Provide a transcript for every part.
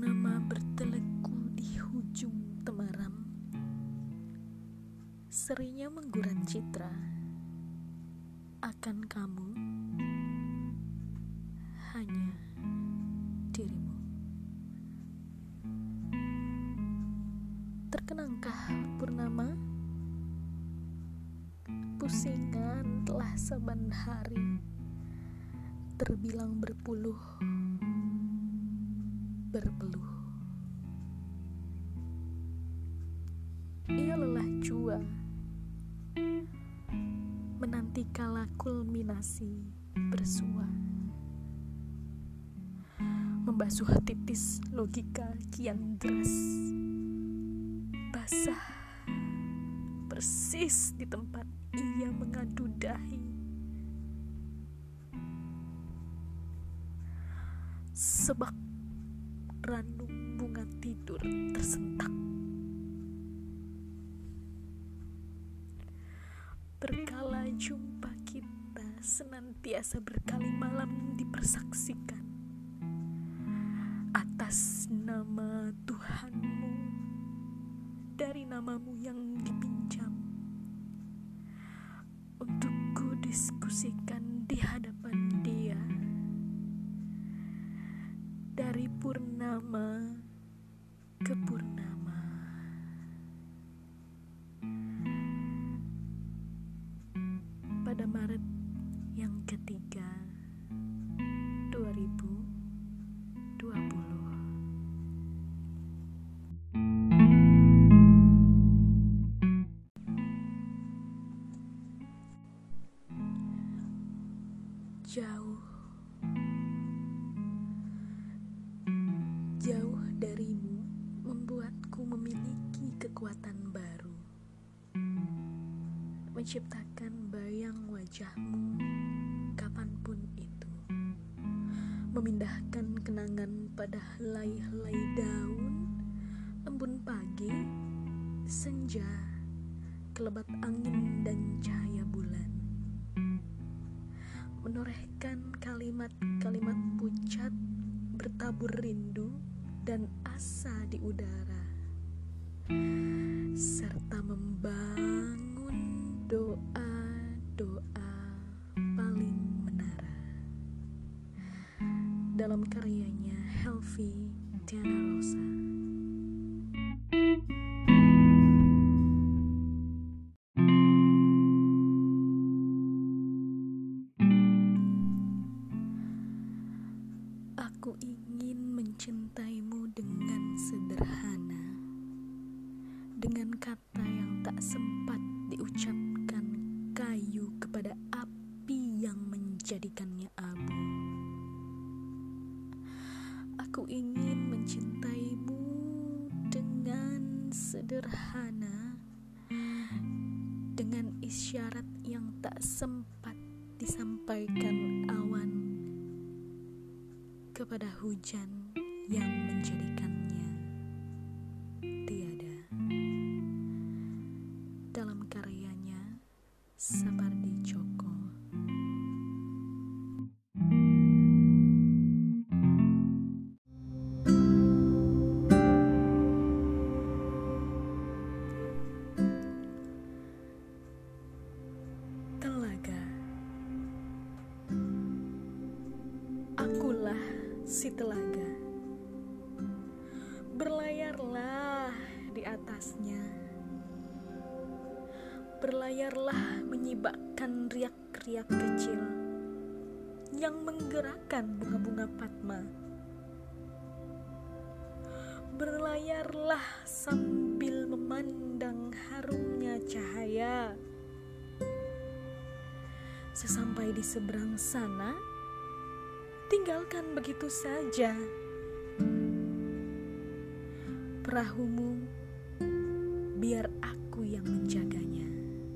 Purnama berteleku di hujung temaram, serinya menggurat citra akan kamu, hanya dirimu. Terkenangkah purnama? Pusingan telah saban hari, terbilang berpeluh. Ia lelah jua menanti kala kulminasi bersua, membasuh titis logika kian deras, basah persis di tempat ia mengadu dahi. Sebab ranum bunga tidur tersentak, berkala jumpa kita senantiasa berkali malam dipersaksikan atas nama Tuhanmu dari namamu yang dipinjam untuk ku diskusikan di hadapan Dia. Dari purnama ke purnama. Pada Maret yang ketiga 2020. Jauh darimu membuatku memiliki kekuatan baru, menciptakan bayang wajahmu kapanpun itu, memindahkan kenangan pada helai-helai daun, embun pagi, senja, kelebat angin dan cahaya bulan, menorehkan kalimat-kalimat pucat bertabur rindu dan asa di udara, serta membangun doa-doa paling menara. Dalam karyanya Helvi Diana Rosa. Aku ingin mencintaimu dengan sederhana, dengan kata yang tak sempat diucapkan kayu kepada api yang menjadikannya abu. Aku ingin mencintaimu dengan sederhana, dengan isyarat yang tak sempat disampaikan awan kepada hujan yang menjadikannya tiada. Dalam karyanya Sapardi Djoko. Telaga. Akulah si telaga, berlayarlah di atasnya, berlayarlah menyibakkan riak-riak kecil yang menggerakkan bunga-bunga Padma, berlayarlah sambil memandang harumnya cahaya. Sesampai di seberang sana, tinggalkan begitu saja perahumu, biar aku yang menjaganya.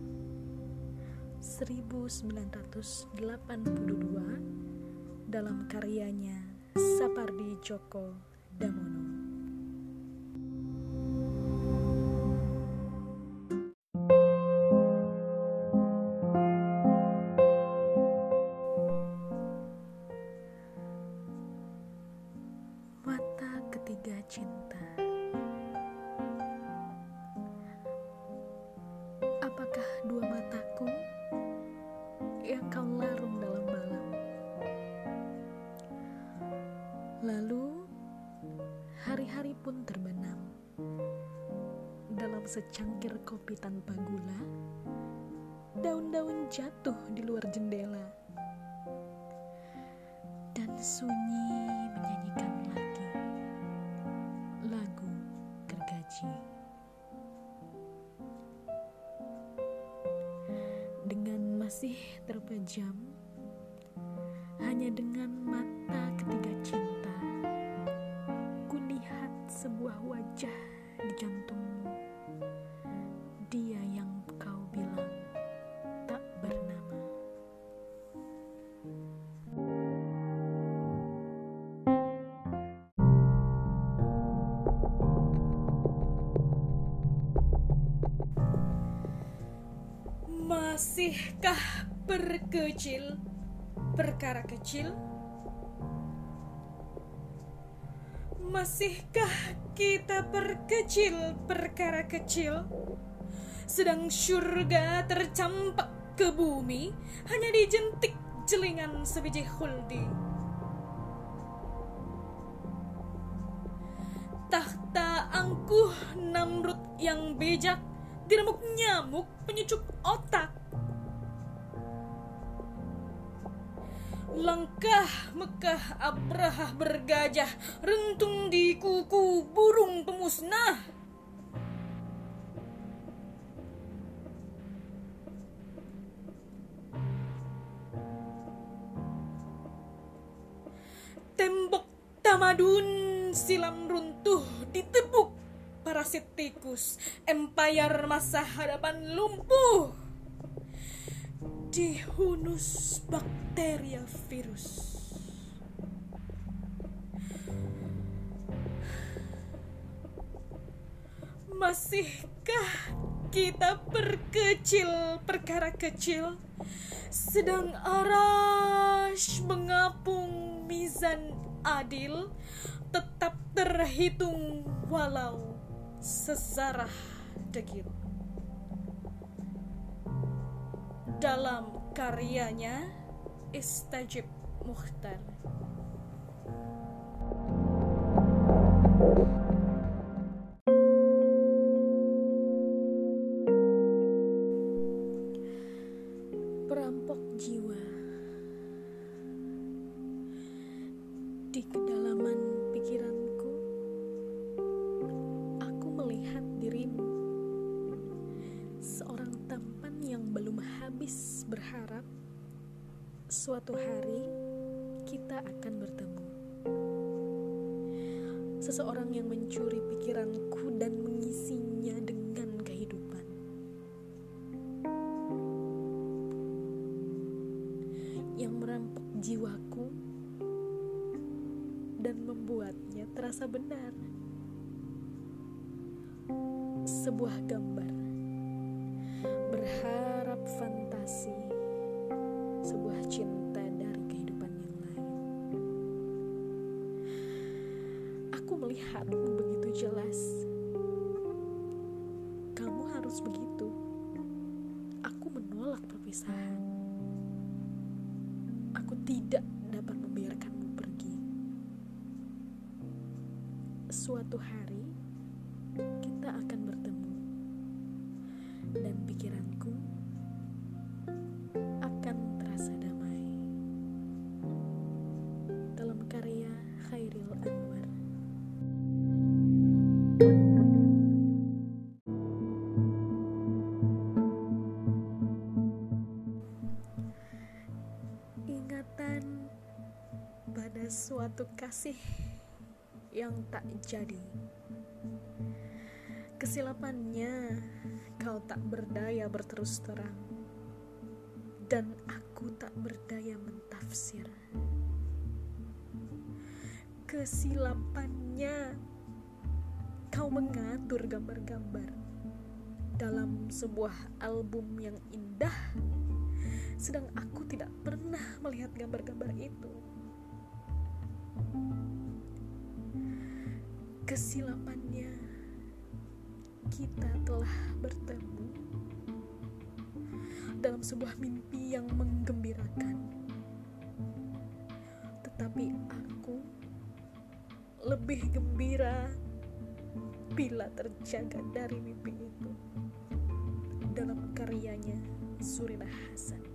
1982 dalam karyanya Sapardi Djoko Damono. Mata ketiga ketiga cinta. Apakah dua mataku yang kau larung dalam malam? Lalu hari-hari pun terbenam dalam secangkir kopi tanpa gula. Daun-daun jatuh di luar jendela, dan sunyi menyanyikan lagi lagu gergaji. Dengan masih terpejam, hanya dengan mata ketiga cinta, kulihat sebuah wajah di jantungmu. Dia yang kau bilang tak bernama. Masihkah berkecil perkara kecil? Masihkah kita perkecil perkara kecil? Sedang syurga tercampak ke bumi hanya dijentik jelingan sebiji khuldi. Tahta angkuh Namrud yang bijak diremuk nyamuk penyecup otak. Langkah Mekah Abrahah bergajah rentung di kuku burung pemusnah. Tembok tamadun silam runtuh ditepuk parasit tikus. Empayar masa hadapan lumpuh dihunus bakteria virus. Masihkah kita perkecil perkara kecil? Sedang arash mengapung mizan adil tetap terhitung walau sesarah degil. Dalam karyanya Istajib Mukhtar. Perampok jiwa, di kedalaman pikiranku, aku melihat dirimu, seorang tampan yang belum habis berharap suatu hari kita akan bertemu. Seseorang yang mencuri pikiranku dan mengisinya dengan kehidupan. Yang merampok jiwaku dan membuatnya terasa benar. Sebuah gambar, berharap fantasi, sebuah cinta dari kehidupan yang lain. Aku melihatmu begitu jelas. Kamu harus begitu. Aku menolak perpisahan. Aku tidak dapat membiarkanmu pergi. Suatu hari kita akan bertemu, dan pikiranku akan terasa damai. Dalam karya Khairil Anwar. Ingatan pada suatu kasih yang tak jadi. Kesilapannya kau tak berdaya berterus terang, dan aku tak berdaya mentafsir. Kesilapannya kau mengatur gambar-gambar dalam sebuah album yang indah, sedang aku tidak pernah melihat gambar-gambar itu. kesilapannya kita telah bertemu dalam sebuah mimpi yang menggembirakan. Tetapi aku lebih gembira bila terjaga dari mimpi itu. Dalam karyanya Surina Hasan.